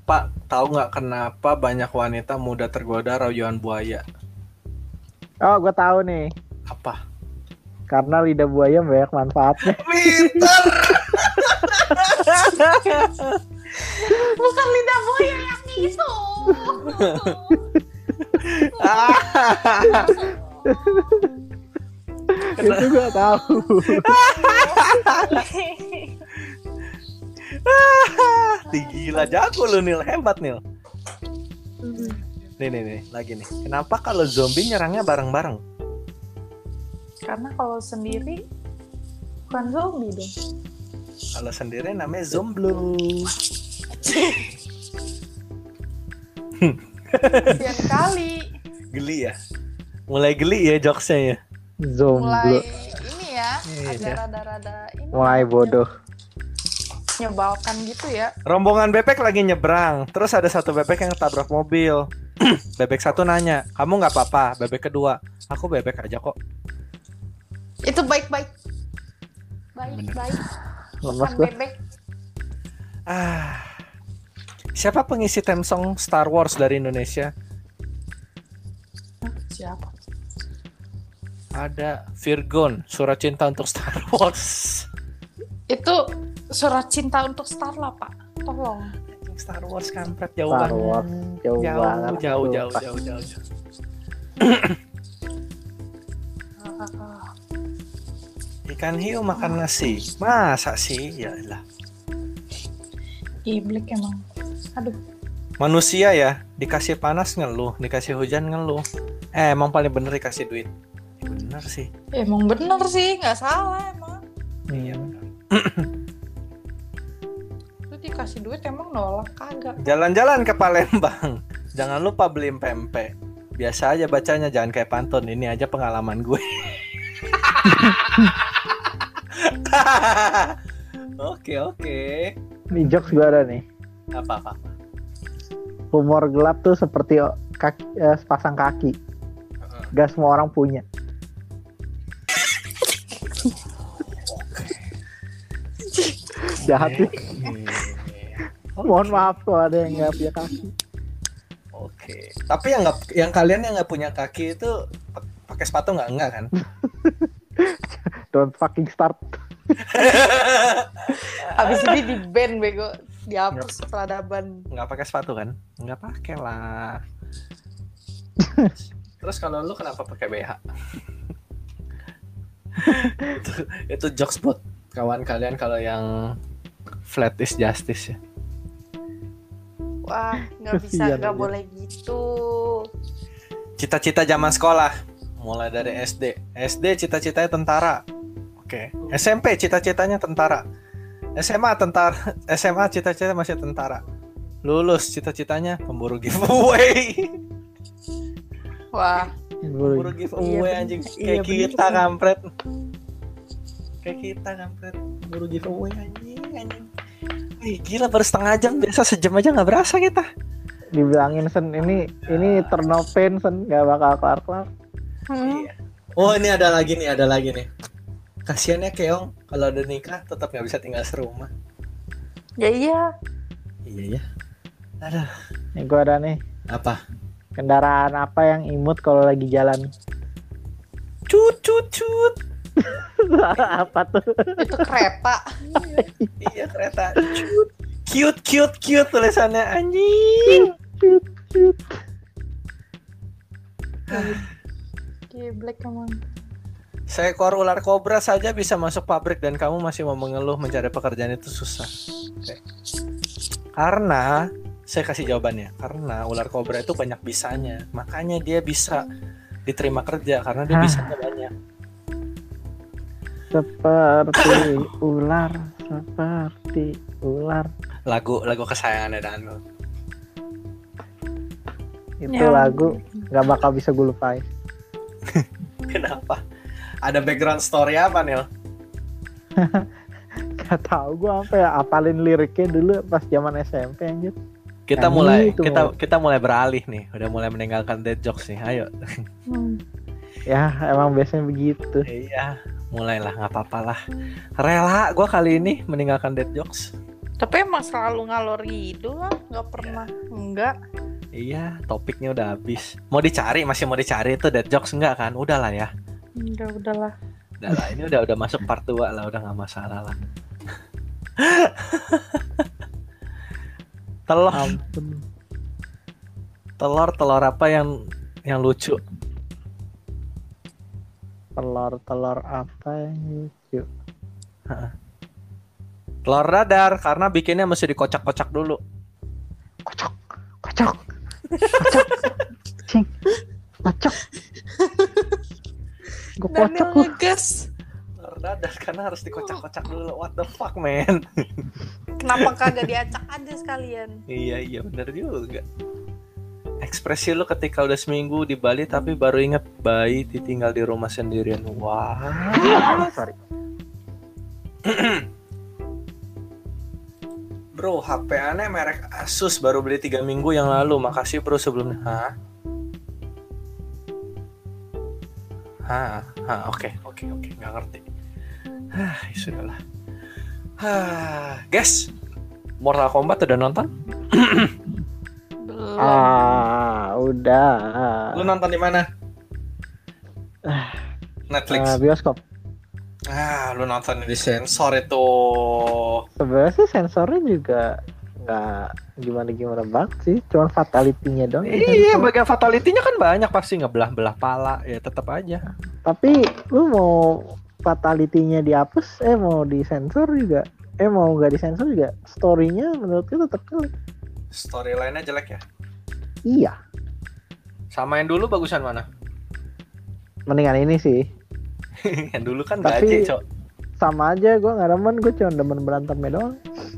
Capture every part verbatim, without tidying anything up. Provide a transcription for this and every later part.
Pak, tahu nggak kenapa banyak wanita muda tergoda rayuan buaya? Oh, gue tahu nih. Apa? Karena lidah buaya banyak manfaatnya. Pintar. Bukan lidah buaya yang itu. Itu gue tahu. Gila, jago lu Nil, hebat Nil. Nih nih nih, lagi nih. Kenapa kalau zombie nyerangnya bareng-bareng? Karena kalau sendiri bukan zombie dong. Kalau sendiri namanya zomblo. Sian kali. Geli ya? Mulai geli ya jokesnya ya? Zomblo. Mulai ini ya, Iya. agak rada-rada ini. Mulai bodoh. Nyebalkan gitu ya. Rombongan bebek lagi nyebrang. Terus ada satu bebek yang tabrak mobil. Bebek satu nanya, kamu nggak apa-apa? Bebek kedua, aku bebek aja kok. Itu baik-baik. Bener. Baik-baik. Lemas Bukan gue. bebek. Ah, siapa pengisi theme song Star Wars dari Indonesia? Hah, siapa? Ada Virgon, Surat Cinta untuk Star Wars. Itu surat cinta untuk Starla, Pak. Tolong. Star Wars kampret jauh Star banget. Wars jauh, Jauh, banget. jauh, tuh, jauh, Pak. jauh, jauh, jauh. Ikan hiu makan nasi. Masa sih? Ya lah. Iblik emang. Aduh. Manusia ya, dikasih panas ngeluh, dikasih hujan ngeluh. Eh, emang paling bener dikasih duit. Ya, bener sih. Emang bener sih, nggak salah emang. Iya Hmm. bener. Lu dikasih duit emang nolak kagak. Jalan-jalan ke Palembang. Jangan lupa beli pempek. Biasa aja bacanya, jangan kayak pantun. Ini aja pengalaman gue. Oke, oke. Ini jokes gue ada nih. Apa apa? Humor gelap tuh seperti kaki, eh, sepasang kaki. Gak semua orang punya. Jahat sih. Mohon maaf kalau ada yang gak punya kaki. Oke. Tapi yang nggak, yang kalian yang nggak punya kaki itu pa- pakai sepatu nggak enggak kan? Don't fucking start. Abis ini di ban bego, dihapus peradaban. Nggak pakai sepatu kan? Nggak pakai lah. Terus kalau lu kenapa pakai B H? itu, itu jokes buat kawan kalian kalau yang flat is justice ya. Wah, nggak bisa, Kasian nggak aja. boleh gitu. Cita-cita zaman sekolah mulai dari S D. S D cita-citanya tentara. Oke. S M P cita-citanya tentara. S M A tentara. S M A cita-cita masih tentara. Lulus cita-citanya pemburu giveaway. Wah, Pemburu giveaway Iya, anjing. iya, Kayak bener. kita kampret. Kayak kita kampret. Pemburu giveaway anjing anjing. Wih, gila baru setengah jam, biasa sejam aja nggak berasa kita. Dibilangin Sen ini ini turn off pain Sen gak bakal kelar-kelar. hmm. Iya. Oh ini ada lagi nih, ada lagi nih. Kasiannya Keong kalau udah nikah tetap nggak bisa tinggal serumah. Ya iya. Iya ya. Aduh. Nih gue ada nih. Apa? Kendaraan apa yang imut kalau lagi jalan? Cut cut cut. Apa tuh? Itu kereta. Iya kereta. Cut. Cute cute cute tulisannya anjing. Giblek emang. Seekor ular kobra saja bisa masuk pabrik dan kamu masih mau mengeluh mencari pekerjaan itu susah. Oke. Karena saya kasih jawabannya. Karena ular kobra itu banyak bisanya, makanya dia bisa diterima kerja karena dia Hah? bisanya banyak. Seperti ular, seperti ular. Lagu lagu kesayangannya Danu. Itu Ya. lagu gak bakal bisa gue lupain. Kenapa? Ada background story apa nih? Gak tau gue apa ya, apalin liriknya dulu pas zaman S M P anjir. Kita Nah, mulai gitu. kita kita mulai beralih nih, udah mulai meninggalkan dead jokes nih. Ayo. Hmm. Ya emang biasanya begitu. Iya, mulailah nggak apa-apa lah. Rela gue kali ini meninggalkan dead jokes. Tapi emang selalu ngalor ngidul lah, nggak pernah enggak. Iya, topiknya udah habis. Mau dicari, masih mau dicari itu dead jokes enggak kan? Udahlah ya. Udah udahlah. Udahlah, ini udah udah masuk part dua lah, udah nggak masalah lah. telur, Ampun. telur, telur apa yang yang lucu? Telur-telur apa yang lucu? Telur dadar, karena bikinnya mesti dikocak-kocak dulu. Kocok, kocok, kocok, cing, kocok. Gue kocok Daniel lu. ngegas. Telur dadar karena harus dikocak-kocak dulu. What the fuck, man? Kenapa kagak diacak aja sekalian? Iya, iya bener juga. Ekspresi lu ketika udah seminggu di Bali tapi baru inget bayi ditinggal di rumah sendirian. Wah. Sorry. Bro, H P aneh merek Asus baru beli tiga minggu yang lalu. Makasih bro sebelumnya. Hah? Hah, hah, oke, oke, oke, nggak ngerti. Hah, ya sudahlah. Hah, guys, Mortal Kombat udah nonton? Belum. Ah, udah. Lu nonton di mana? Netflix. Ah, bioskop. Ah, lu nonton di sensor itu. Sebenarnya sih sensornya juga nggak gimana-gimana banget sih, cuman fatality-nya doang. Iya, bagian fatality-nya kan banyak pasti ngebelah-belah pala, ya tetap aja. Tapi lu mau fatality-nya dihapus, eh mau disensor juga, eh mau nggak disensor juga, story-nya menurut gue tetap jelek. Storyline-nya jelek ya. Iya, Sama yang dulu bagusan mana? mendingan ini sih. Yang dulu kan Tapi- gaji, Cok. Sama aja, gue nggak demen, gue cuma demen berantemnya doang.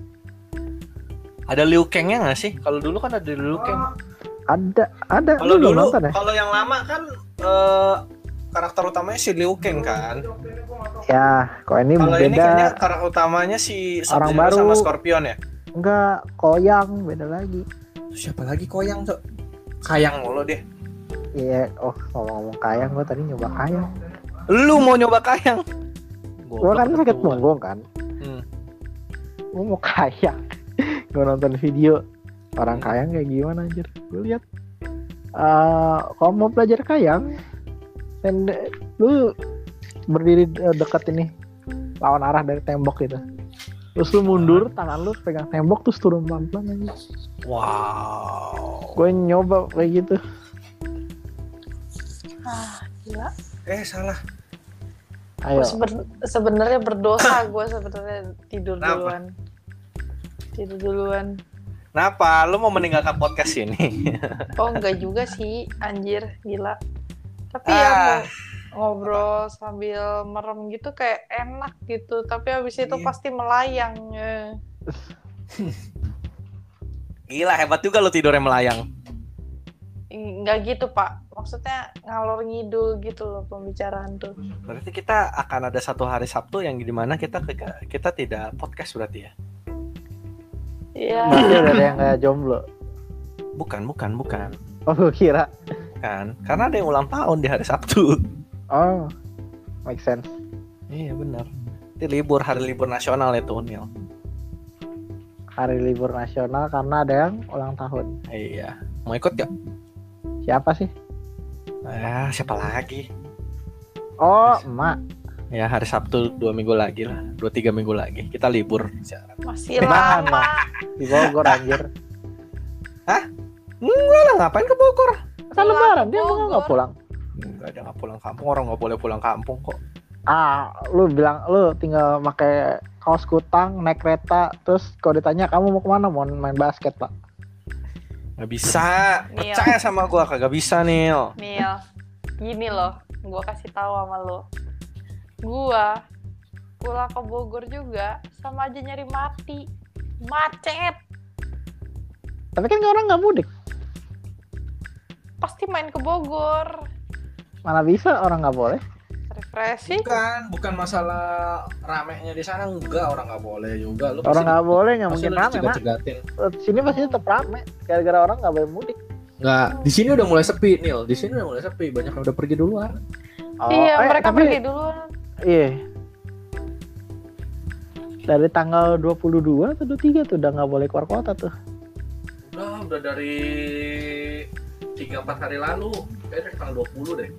Ada Liu Kang-nya nggak sih? Kalau dulu kan ada Liu Kang. Ada, ada. Kalau Lu belum dulu, nonton ya? kalau yang lama kan eh, karakter utamanya si Liu Kang kan. Ya, kok ini Kalau ini kayaknya beda. karakter utamanya si Orang Sub-Zero baru. sama Scorpion ya. Enggak, koyang, beda lagi. Siapa lagi Koyang, Cok? Kayang mulu deh. Iya, oh ngomong-ngomong kayang, gue tadi nyoba kayang. Lu mau nyoba Kayang? Gue kan sakit punggung kan. Hmm. Gue mau kayang. Gue nonton video orang kayang kayak gimana anjir. Gue lihat. Eh, kalau mau belajar kayang, dan lu berdiri eh, dekat ini lawan arah dari tembok gitu. Terus lu mundur, tangan lu pegang tembok terus turun pelan-pelan aja. Wow. Gue nyoba kayak gitu. Ah, gila. Eh salah. Ayo. Gua seben- sebenarnya berdosa gue sebenarnya tidur Kenapa? duluan. Tidur duluan. Kenapa? Lu mau meninggalkan podcast ini? Oh enggak juga sih, anjir, gila. Tapi Ah. ya mau ngobrol sambil merem gitu kayak enak gitu. Tapi habis itu Iya. pasti melayang. eh. Gila, hebat juga lu tidurnya melayang. Enggak gitu pak. Maksudnya ngalor ngidul gitu loh pembicaraan tuh. Berarti kita akan ada satu hari Sabtu yang dimana kita ke- kita tidak podcast berarti ya? Iya. Berarti udah ada yang kayak jomblo. Bukan, bukan, bukan. Oh, gue kira. Kan? Karena ada yang ulang tahun di hari Sabtu. Oh, make sense. Iya benar. Itu libur, hari libur nasional itu, Nil. Hari libur nasional karena ada yang ulang tahun. Iya. Mau ikut gak? Siapa sih? Ah, siapa lagi? Oh, emak. Ya hari Sabtu dua minggu lagi lah, dua tiga minggu lagi kita libur. Masih Mana? lama. Di Bogor anjir. Enggak lah, ngapain ke Bogor? Kan Pulang lebaran ke dia mau nggak Bogor. pulang. Enggak, dia nggak pulang kampung, orang nggak boleh pulang kampung kok. Ah, lu bilang lu tinggal pakai kaos kutang, naik kereta, terus kalau ditanya kamu mau kemana? Mau main basket, Pak. Nggak bisa, Nil. percaya sama gua kagak bisa Nil. Nil, gini loh, gue kasih tahu sama lo. Gua pulang ke Bogor juga sama aja nyari mati. Macet. Tapi kan orang nggak mudik. Pasti main ke Bogor. Mana bisa orang nggak boleh. Refreshing. Bukan, bukan masalah ramenya di sana, enggak, orang nggak boleh juga. Lu Orang nggak boleh, nggak mungkin rame, Mak. cegatin. Sini pasti tetap rame. Gara-gara orang nggak boleh mudik. Nggak, di sini udah mulai sepi Nil. Di sini udah mulai sepi, banyak yang udah pergi duluan. Oh, Iya, eh, mereka tapi, pergi duluan. Iya. Dari tanggal dua puluh dua atau dua puluh tiga tuh udah nggak boleh keluar kota tuh. Udah, udah dari tiga empat hari lalu. Kayaknya tanggal dua puluh deh.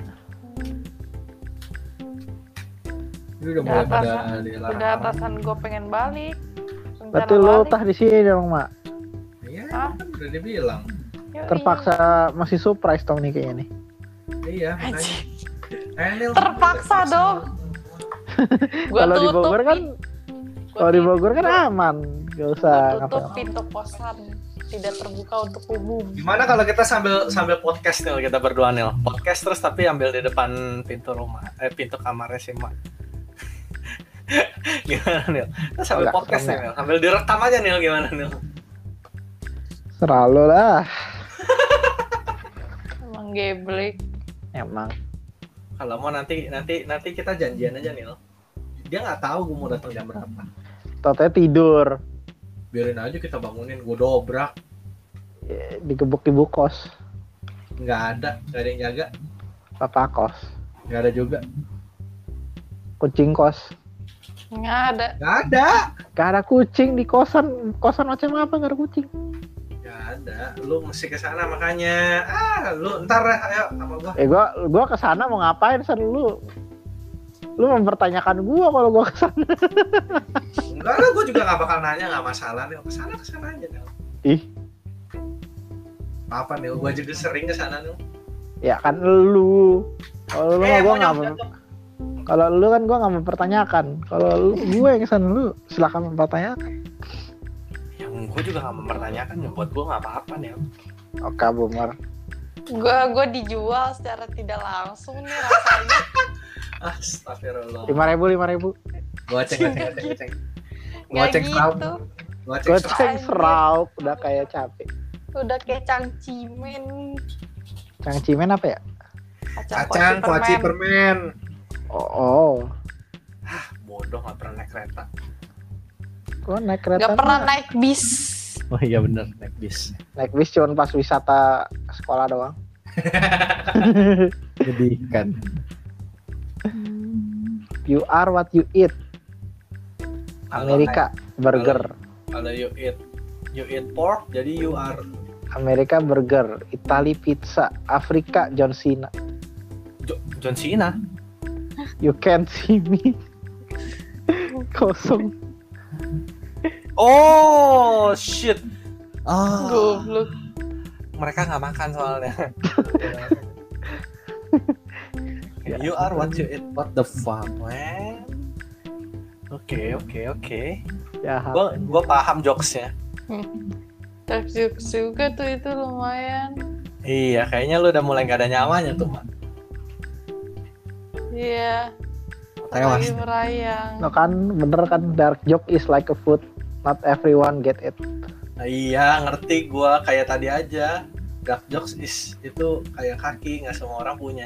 Ini udah mulai Udah pada atasan- dilarang. Udah atasan gue pengen balik. Rencana Berarti lo balik. tah di sini dong, Mak. Iya, Hah? kan udah dibilang. Yoi. Terpaksa masih surprise dong nih kayaknya nih. Iya, makanya. Anjing. Eh, Nil, Terpaksa dong. Gua Kalau di tutup Bogor kan, pin- gua kalau di tutup- Bogor kan aman, gak usah gua tutup ngapain. pintu kosan, tidak terbuka untuk umum. gimana kalau kita sambil sambil podcast Nil, kita berdua Nil. Podcast terus tapi ambil di depan pintu rumah, eh pintu kamarnya si Mak. Gimana Nil? Kita sambil Agak podcast serem nih Nil, sambil direkam aja Nil, gimana Nil? Selalu lah, Emang geblek. emang. Kalau mau nanti nanti nanti kita janjian aja Nil. Dia nggak tahu gue mau datang jam berapa. Totnya tidur, Biarin aja kita bangunin, gue dobrak. eh, digebuk di bukos, Nggak ada, nggak ada yang jaga, papa kos, nggak ada juga. kucing kos. Nggak ada. Nggak ada. Gak ada kucing di kosan, kosan macam apa gak ada kucing? Nggak ada. Lu mesti ke sana makanya. Ah, lu ntar ya, ayo sama gua. Eh gua gua kesana mau ngapain san lu? Lu mempertanyakan gua kalau gua kesana. Enggak lah, gua juga nggak bakal nanya, nggak masalah nih. Ke sana ke sana aja Nil. Ih, Apa Nil? Gua juga sering ke sana Nil. ya kan lu. Kalau lu Eh, mah gua mau nggak nyok- mem- nyok- kalau lu kan gua nggak mempertanyakan. Kalau lu gue yang kesana lu silakan mempertanyakan. Yang gua juga nggak mempertanyakan ya, buat gua nggak apa-apa Nil. Oke, Bumar. Gue gue dijual secara tidak langsung nih rasanya. Astagfirullah. Lima ribu, lima ribu. Gua cek, gua cek, gua cek. Gua Nggak cek serau. gitu. Gua cek Gue serau. cek seraup udah kayak capek. Udah kayak cangcimen. Cangcimen apa ya? Kacang, kuaci, permen. Oh, oh. Bodoh, nggak pernah naik kereta. Gua naik kereta. Gak pernah mah. naik bis. Oh iya bener, naik bis. Naik bis cuma pas wisata sekolah doang. Jadikan. You are what you eat. Amerika burger. Kalau you eat, you eat pork, jadi you are Amerika burger. Itali pizza. Afrika John Cena. Jo- John Cena. You can't see me. Kosong. Oh shit. Ah, Goblok. mereka nggak makan soalnya. You are what you eat. What the fuck, man? Oke, oke, oke. Ya, Gua gua paham jokesnya. Takjub juga tuh itu lumayan. Iya, kayaknya lu udah mulai gak ada nyawanya tuh, Mak. Iya. Tewas. Lagi merayang. no kan bener kan dark joke is like a food. Not everyone get it. Nah, iya, ngerti gua kayak tadi aja. Dark jokes is itu kayak kaki, nggak semua orang punya.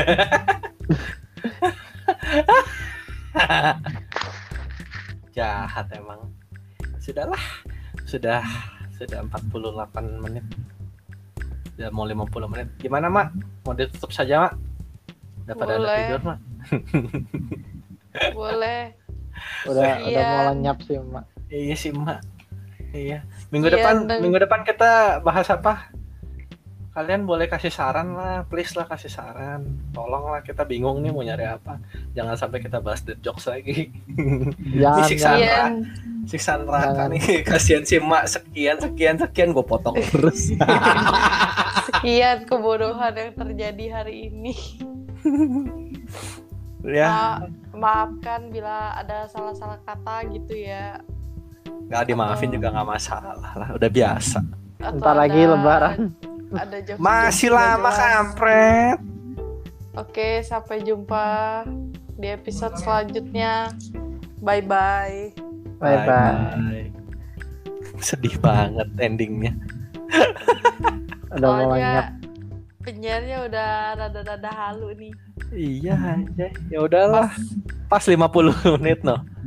Jahat emang. Sudahlah. Sudah sudah empat puluh delapan menit. Udah mau lima puluh menit. Gimana, Mak? Mau ditutup saja, Mak? Udah pada ada Boleh. tidur, Mak. Boleh. Udah Iya. udah mau lenyap sih, Mak. Iya sih, Mak. Iya. Minggu Iya, depan dan- minggu depan kita bahas apa? Kalian boleh kasih saran lah, please lah kasih saran. Tolong lah, kita bingung nih mau nyari apa. Jangan sampai kita bahas dead jokes lagi. Jangan, siksaan. jangan. Iya. Siksaan neraka Jangan. nih. Kasihan si Mak, sekian sekian sekian gue potong terus. Sekian kebodohan yang terjadi hari ini. Ya, Ma- maafkan bila ada salah-salah kata gitu ya. nggak dimaafin juga nggak masalah lah, udah biasa. Atau Ntar lagi ada- lebaran. Ada jokes Masih lama kampret. Oke, sampai jumpa di episode selanjutnya. Bye bye. Bye bye. Sedih banget endingnya. Udah mau lenyap. Soalnya penyiarnya udah rada-rada halu nih. Iya aja. Ya udahlah. Pas lima puluh menit noh.